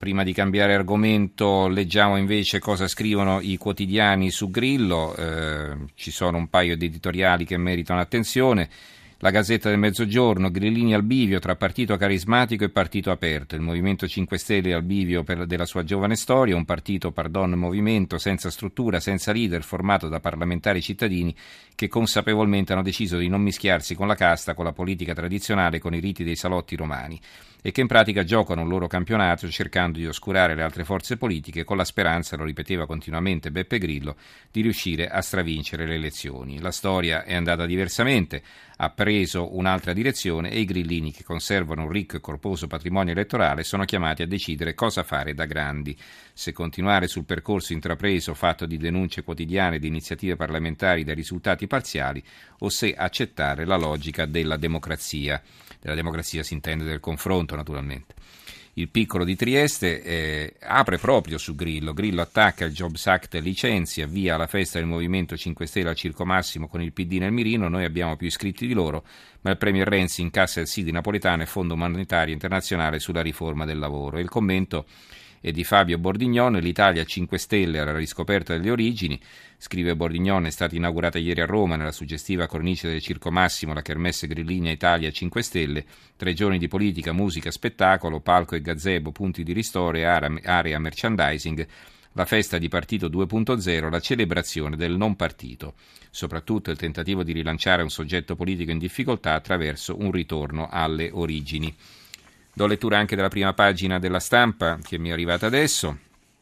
Prima di cambiare argomento leggiamo invece cosa scrivono i quotidiani su Grillo, ci sono un paio di editoriali che meritano attenzione. La Gazzetta del Mezzogiorno, grillini al bivio tra partito carismatico e partito aperto. Il Movimento 5 Stelle al bivio della sua giovane storia, un partito, movimento, senza struttura, senza leader, formato da parlamentari cittadini che consapevolmente hanno deciso di non mischiarsi con la casta, con la politica tradizionale, con i riti dei salotti romani, e che in pratica giocano un loro campionato cercando di oscurare le altre forze politiche con la speranza, lo ripeteva continuamente Beppe Grillo, di riuscire a stravincere le elezioni. La storia è andata diversamente, ha preso un'altra direzione e i grillini, che conservano un ricco e corposo patrimonio elettorale, sono chiamati a decidere cosa fare da grandi: se continuare sul percorso intrapreso, fatto di denunce quotidiane, di iniziative parlamentari dai risultati parziali, o se accettare la logica della democrazia. Della democrazia si intende del confronto, naturalmente. Il Piccolo di Trieste apre proprio su Grillo. Grillo attacca il Jobs Act, licenzia, via la festa del Movimento 5 Stelle al Circo Massimo con il PD nel mirino. Noi abbiamo più iscritti di loro, ma il premier Renzi incassa il sì di Napolitano e Fondo Monetario Internazionale sulla riforma del lavoro. E il commento è di Fabio Bordignon: l'Italia 5 Stelle alla riscoperta delle origini. Scrive Bordignon, è stata inaugurata ieri a Roma, nella suggestiva cornice del Circo Massimo, la Kermesse Grillina Italia 5 Stelle. 3 giorni di politica, musica, spettacolo, palco e gazebo, punti di ristoro e area merchandising, la festa di partito 2.0, la celebrazione del non partito, soprattutto il tentativo di rilanciare un soggetto politico in difficoltà attraverso un ritorno alle origini. Do lettura anche della prima pagina della Stampa, che mi è arrivata adesso.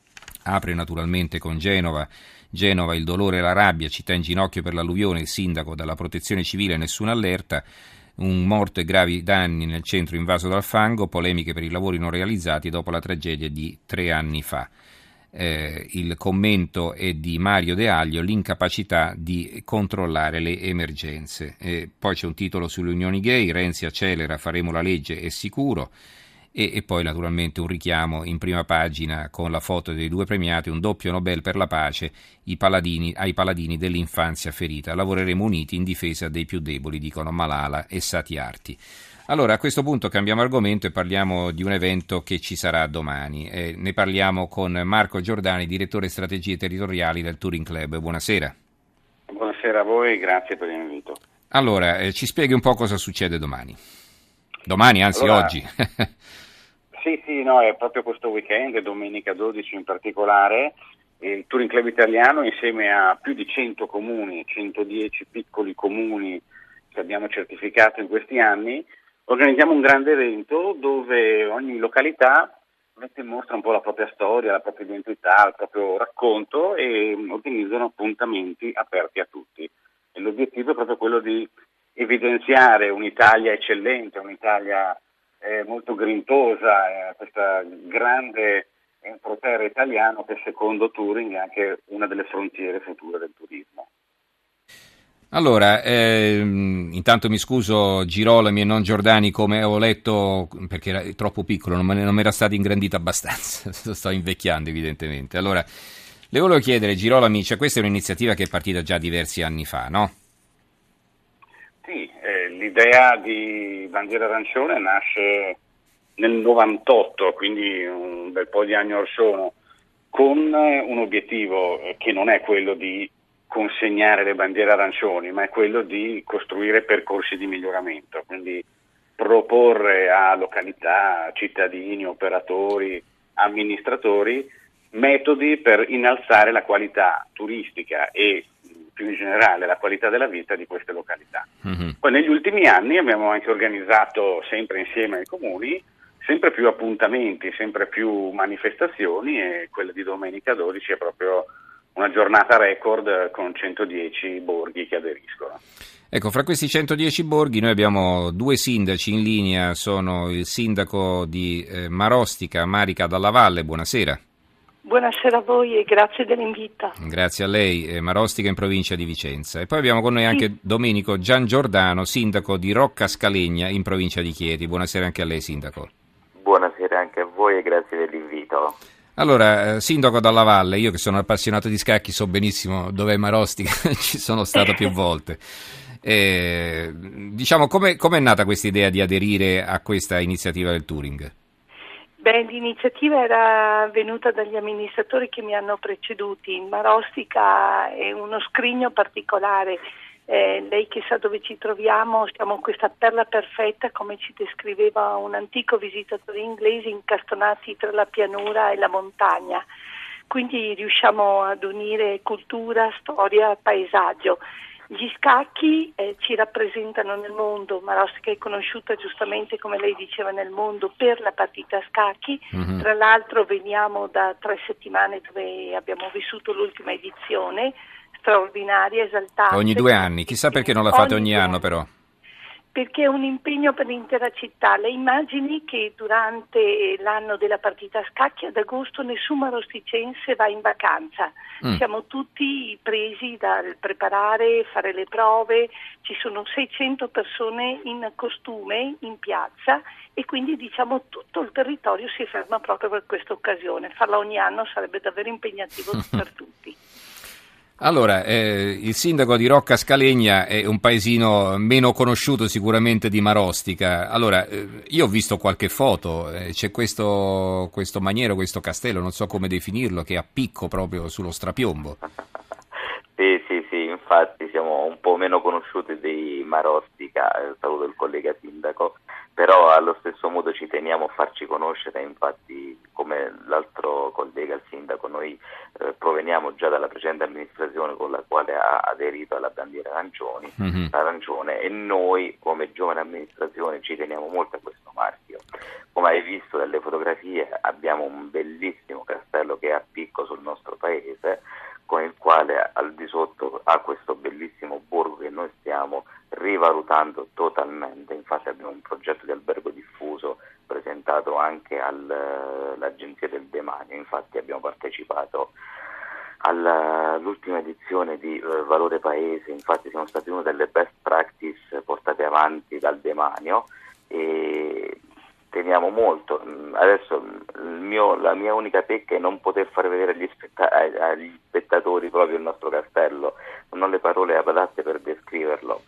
Apre naturalmente con Genova, il dolore e la rabbia, città in ginocchio per l'alluvione, il sindaco dalla protezione civile, nessuna allerta, un morto e gravi danni nel centro invaso dal fango, polemiche per i lavori non realizzati dopo la tragedia di 3 anni fa. Il commento è di Mario De Aglio, l'incapacità di controllare le emergenze. Poi c'è un titolo sulle unioni gay, Renzi accelera, faremo la legge, è sicuro. E poi naturalmente un richiamo in prima pagina con la foto dei 2 premiati, un doppio Nobel per la pace ai paladini dell'infanzia ferita. Lavoreremo uniti in difesa dei più deboli, dicono Malala e Satyarthi. Allora, a questo punto cambiamo argomento e parliamo di un evento che ci sarà domani. Ne parliamo con Marco Giordani, direttore strategie territoriali del Touring Club. Buonasera. Buonasera a voi, grazie per l'invito. Allora, ci spieghi un po' cosa succede domani. Domani, anzi oggi. Sì, no, è proprio questo weekend, domenica 12 in particolare. Il Touring Club italiano, insieme a più di 100 comuni, 110 piccoli comuni che abbiamo certificato in questi anni, organizziamo un grande evento dove ogni località mette in mostra un po' la propria storia, la propria identità, il proprio racconto, e organizzano appuntamenti aperti a tutti. E l'obiettivo è proprio quello di evidenziare un'Italia eccellente, un'Italia molto grintosa, questa grande entroterra italiano che secondo Touring è anche una delle frontiere future del turismo. Allora, intanto mi scuso Girolami e non Giordani, come ho letto, perché era troppo piccolo, non mi era stato ingrandito abbastanza, sto invecchiando evidentemente. Allora, le volevo chiedere, Girolami, questa è un'iniziativa che è partita già diversi anni fa, no? Sì, l'idea di Bandiera Arancione nasce nel 98, quindi un bel po' di anni or sono, con un obiettivo che non è quello di consegnare le bandiere arancioni, ma è quello di costruire percorsi di miglioramento, quindi proporre a località, cittadini, operatori, amministratori metodi per innalzare la qualità turistica e più in generale la qualità della vita di queste località. Mm-hmm. Poi negli ultimi anni abbiamo anche organizzato, sempre insieme ai comuni, sempre più appuntamenti, sempre più manifestazioni, e quella di domenica 12 è proprio una giornata record con 110 borghi che aderiscono. Ecco, fra questi 110 borghi noi abbiamo 2 sindaci in linea, sono il sindaco di Marostica, Marica Dalla Valle, buonasera. Buonasera a voi e grazie dell'invito. Grazie a lei, Marostica in provincia di Vicenza. E poi abbiamo con noi anche Domenico Giangiordano, sindaco di Rocca Scalegna in provincia di Chieti. Buonasera anche a lei, sindaco. Buonasera anche a voi e grazie dell'invito. Allora, sindaco Dalla Valle, io che sono appassionato di scacchi so benissimo dov'è Marostica, ci sono stato più volte. Diciamo, com'è nata questa idea di aderire a questa iniziativa del Touring? L'iniziativa era venuta dagli amministratori che mi hanno preceduti. Marostica è uno scrigno particolare. Lei che sa dove ci troviamo, siamo in questa perla perfetta, come ci descriveva un antico visitatore inglese, incastonati tra la pianura e la montagna. Quindi riusciamo ad unire cultura, storia, paesaggio. Gli scacchi ci rappresentano nel mondo. Marostica è conosciuta giustamente, come lei diceva, nel mondo per la partita a scacchi. Mm-hmm. Tra l'altro veniamo da 3 settimane dove abbiamo vissuto l'ultima edizione, straordinaria, esaltante. Ogni 2 anni, chissà perché non la fate ogni anno però. Perché è un impegno per l'intera città. Le immagini che durante l'anno della partita a scacchi ad agosto nessun marosticense va in vacanza. Siamo tutti presi dal preparare, fare le prove, ci sono 600 persone in costume in piazza e quindi diciamo tutto il territorio si ferma proprio per questa occasione. Farla ogni anno sarebbe davvero impegnativo per tutti. Allora, il sindaco di Rocca Scalegna è un paesino meno conosciuto sicuramente di Marostica. Allora, io ho visto qualche foto, c'è questo maniero, questo castello, non so come definirlo, che è a picco proprio sullo strapiombo. Sì, infatti siamo un po' meno conosciuti di Marostica, saluto il collega sindaco, però allo stesso modo ci teniamo a farci conoscere, infatti come l'altro collega, il sindaco, noi proveniamo già dalla precedente amministrazione con la quale ha aderito alla bandiera arancione e noi come giovane amministrazione ci teniamo molto a questo marchio. Come hai visto dalle fotografie abbiamo un bellissimo castello che è a picco sul nostro paese, con il quale al di sotto ha questo bellissimo borgo che noi stiamo rivalutando totalmente. Infatti abbiamo un progetto di albergo diffuso presentato anche all'Agenzia del Demanio, infatti abbiamo partecipato all'ultima edizione di Valore Paese, infatti siamo stati una delle best practice portate avanti dal Demanio e teniamo molto. Adesso la mia unica pecca è non poter far vedere agli spettatori proprio il nostro castello, non ho le parole adatte per descriverlo.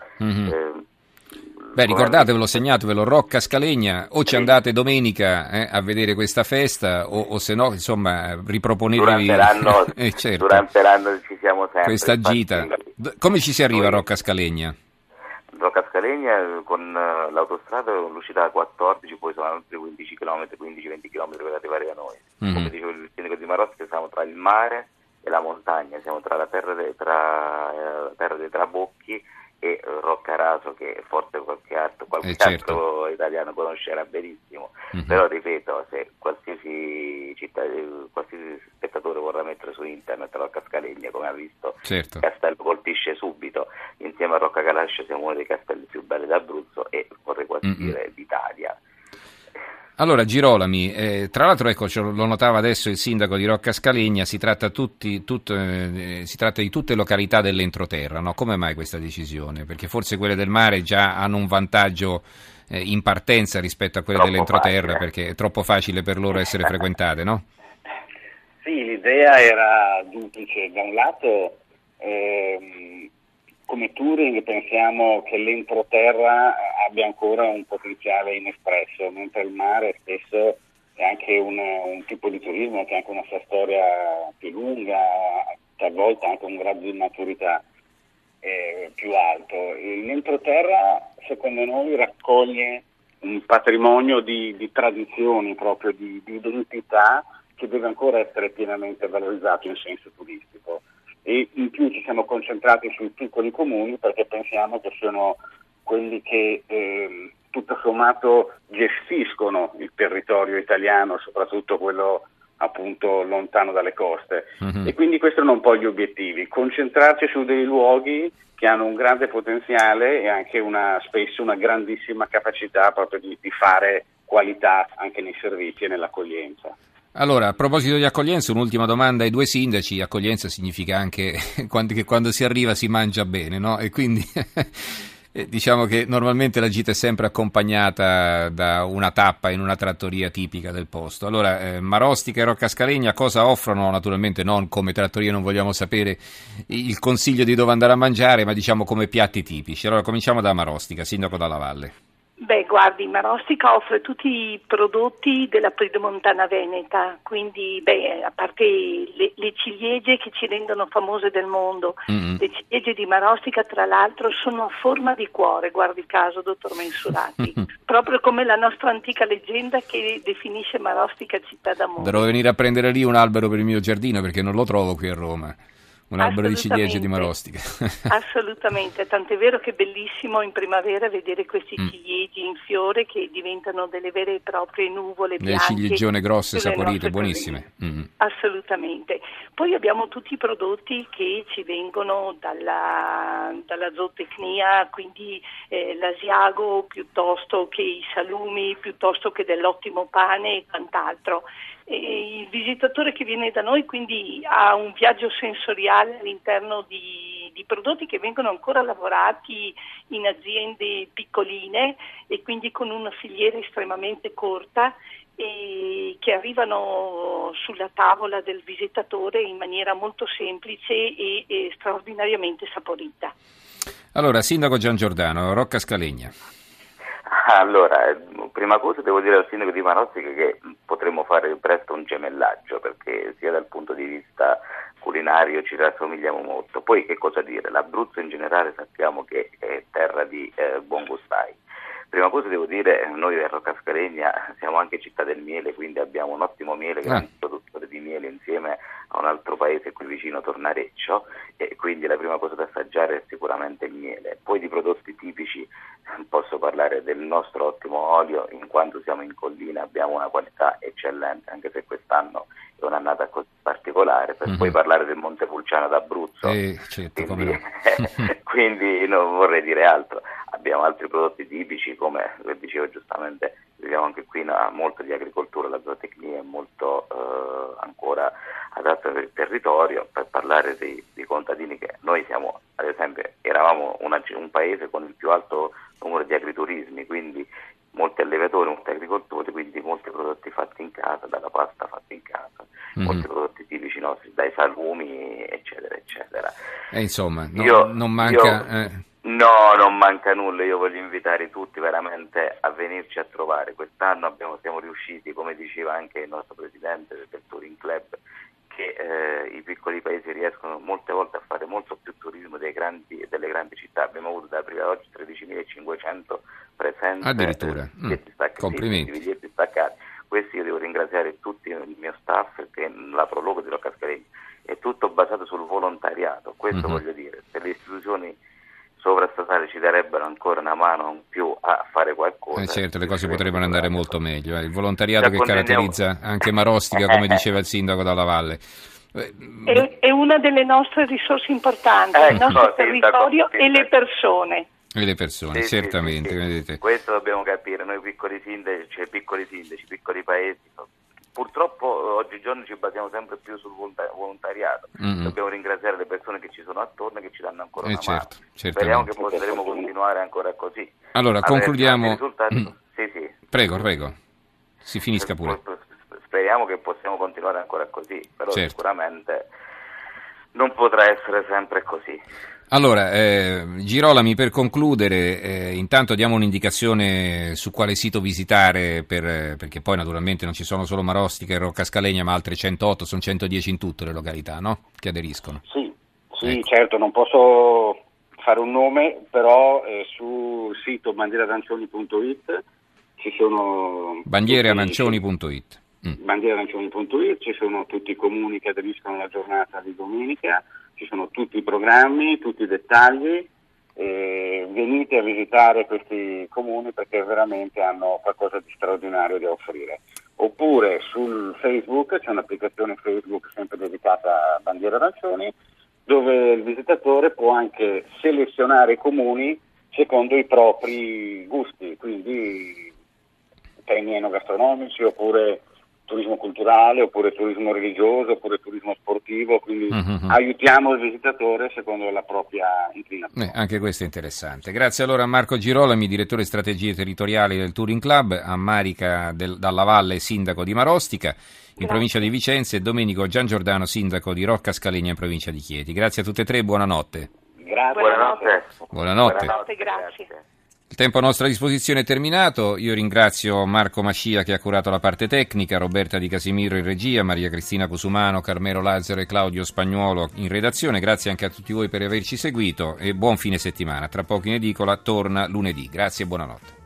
Beh, ricordatevelo, segnatevelo, Rocca Scalegna, o ci andate domenica a vedere questa festa o se no, insomma, riproponetevi durante l'anno ci siamo sempre questa gita. Come ci si arriva a Rocca Scalegna? Rocca Scalegna con l'autostrada l'uscita da 14, poi sono altri 15-20 km per arrivare da noi. Come dicevo il sindaco di Marostica, siamo tra il mare e la montagna, siamo tra la terra dei Trabocchi e Roccaraso, che forse qualche altro italiano conoscerà benissimo, però ripeto, se qualsiasi spettatore vorrà mettere su internet Rocca Scalegna, come ha visto, il castello colpisce subito. Insieme a Rocca Calascia siamo uno dei castelli più belli d'Abruzzo e vorrei quasi dire d'Italia. Allora Girolami, tra l'altro ecco, lo notava adesso il sindaco di Rocca Scalegna, si tratta di tutte località dell'entroterra, no? Come mai questa decisione? Perché forse quelle del mare già hanno un vantaggio in partenza rispetto a quelle dell'entroterra, perché è troppo facile per loro essere frequentate, no? Sì, l'idea era duplice. Da un lato come touring pensiamo che l'entroterra abbia ancora un potenziale inespresso, mentre il mare spesso è anche un tipo di turismo che ha anche una sua storia più lunga, talvolta anche un grado di maturità più alto. L'entroterra secondo noi raccoglie un patrimonio di tradizioni, proprio di identità, che deve ancora essere pienamente valorizzato in senso turistico. E in più ci siamo concentrati sui piccoli comuni perché pensiamo che siano quelli che tutto sommato gestiscono il territorio italiano, soprattutto quello appunto lontano dalle coste. E quindi questi erano un po' gli obiettivi: concentrarci su dei luoghi che hanno un grande potenziale e anche spesso una grandissima capacità proprio di fare qualità anche nei servizi e nell'accoglienza. Allora, a proposito di accoglienza, un'ultima domanda ai due sindaci. Accoglienza significa anche che quando si arriva si mangia bene, no? E quindi diciamo che normalmente la gita è sempre accompagnata da una tappa in una trattoria tipica del posto. Allora, Marostica e Rocca Scalegna cosa offrono? Naturalmente non come trattoria, non vogliamo sapere il consiglio di dove andare a mangiare, ma diciamo come piatti tipici. Allora, cominciamo da Marostica, sindaco Dalla Valle. Beh, guardi, Marostica offre tutti i prodotti della Pedemontana Veneta, quindi a parte le ciliegie che ci rendono famose del mondo, le ciliegie di Marostica tra l'altro sono a forma di cuore, guardi caso, dottor Mensurati, proprio come la nostra antica leggenda che definisce Marostica città d'amore. Dovrò venire a prendere lì un albero per il mio giardino perché non lo trovo qui a Roma. Un albero di ciliegie di Marostica. Assolutamente, tant'è vero che è bellissimo in primavera vedere questi ciliegi in fiore che diventano delle vere e proprie nuvole bianche. Le ciliegione grosse, saporite, buonissime. Assolutamente. Poi abbiamo tutti i prodotti che ci vengono dalla zootecnia, quindi l'asiago piuttosto che i salumi, piuttosto che dell'ottimo pane e quant'altro. Il visitatore che viene da noi quindi ha un viaggio sensoriale all'interno di prodotti che vengono ancora lavorati in aziende piccoline e quindi con una filiera estremamente corta e che arrivano sulla tavola del visitatore in maniera molto semplice e straordinariamente saporita. Allora, Sindaco Giangiordano, Rocca Scalegna. Allora, prima cosa devo dire al sindaco di Marostica che potremmo fare presto un gemellaggio perché sia dal punto di vista culinario ci rassomigliamo molto. Poi che cosa dire? L'Abruzzo in generale sappiamo che è terra di buon gustai. Prima cosa devo dire, noi a Rocca Scalegna siamo anche città del miele, quindi abbiamo un ottimo miele, grande produttore di miele insieme a un altro paese qui vicino, Tornareccio, e quindi la prima cosa da assaggiare è sicuramente il miele. Poi di prodotti tipici posso parlare del nostro ottimo olio, in quanto siamo in collina abbiamo una qualità eccellente, anche se quest'anno è un'annata così particolare, per poi parlare del Montepulciano d'Abruzzo, certo, quindi non vorrei dire altro. Abbiamo altri prodotti tipici, come dicevo giustamente, viviamo anche qui molto di agricoltura, la zootecnia è molto ancora adatta per il territorio. Per parlare dei contadini, che noi siamo, ad esempio, eravamo un paese con il più alto numero di agriturismi, quindi molti allevatori, molti agricoltori, quindi molti prodotti fatti in casa, dalla pasta fatta in casa, molti prodotti tipici nostri, dai salumi, eccetera, eccetera. Insomma, non manca... No, non manca nulla, io voglio invitare tutti veramente a venirci a trovare. Quest'anno siamo riusciti, come diceva anche il nostro presidente del Touring Club, che i piccoli paesi riescono molte volte a fare molto più turismo delle grandi città. Abbiamo avuto da aprile ad oggi 13.500 presenze. Addirittura, complimenti. Biglietti staccati. Questi io devo ringraziare tutti il mio staff, che la Prologo di Rocca Scalegna è tutto basato sul volontariato. Questo voglio dire, se le istituzioni sovrastatali ci darebbero ancora una mano in più a fare qualcosa. Certo, le cose potrebbero andare molto meglio. Il volontariato che caratterizza anche Marostica, come diceva il sindaco Dalla Valle. È una delle nostre risorse importanti, il nostro territorio e le persone. E le persone, certamente. Sì. Questo dobbiamo capire, noi piccoli sindaci, piccoli paesi. Purtroppo oggigiorno ci basiamo sempre più sul volontariato. Dobbiamo ringraziare le persone che ci sono attorno e che ci danno ancora una mano. Speriamo che potremo continuare ancora così. Allora, concludiamo. Sì. Prego. Si finisca pure. Speriamo che possiamo continuare ancora così, però sicuramente non potrà essere sempre così. Allora, Girolami, per concludere, intanto diamo un'indicazione su quale sito visitare, perché poi naturalmente non ci sono solo Marostica e Rocca Scalegna, ma altre 108, sono 110 in tutte le località, no? Che aderiscono. Sì, ecco. Certo, non posso fare un nome, però sul sito bandierarancioni.it ci sono... Bandierarancioni.it Bandierarancioni.it, ci sono tutti i comuni che aderiscono alla giornata di domenica, ci sono tutti i programmi, tutti i dettagli, venite a visitare questi comuni perché veramente hanno qualcosa di straordinario da offrire. Oppure sul Facebook, c'è un'applicazione Facebook sempre dedicata a Bandiere Arancioni, dove il visitatore può anche selezionare i comuni secondo i propri gusti, quindi temi enogastronomici, oppure turismo culturale, oppure turismo religioso, oppure turismo sportivo, quindi aiutiamo il visitatore secondo la propria inclinazione. Anche questo è interessante. Grazie allora a Marco Girolami, direttore strategie territoriali del Touring Club, a Marica Dalla Valle, sindaco di Marostica, in provincia di Vicenza, e Domenico Giangiordano, sindaco di Rocca Scalegna in provincia di Chieti. Grazie a tutte e tre, buonanotte. Grazie. Buonanotte. Buonanotte. Grazie. Il tempo a nostra disposizione è terminato, io ringrazio Marco Mascia che ha curato la parte tecnica, Roberta Di Casimiro in regia, Maria Cristina Cusumano, Carmelo Lazzaro e Claudio Spagnuolo in redazione, grazie anche a tutti voi per averci seguito e buon fine settimana. Tra poco in edicola torna lunedì, grazie e buonanotte.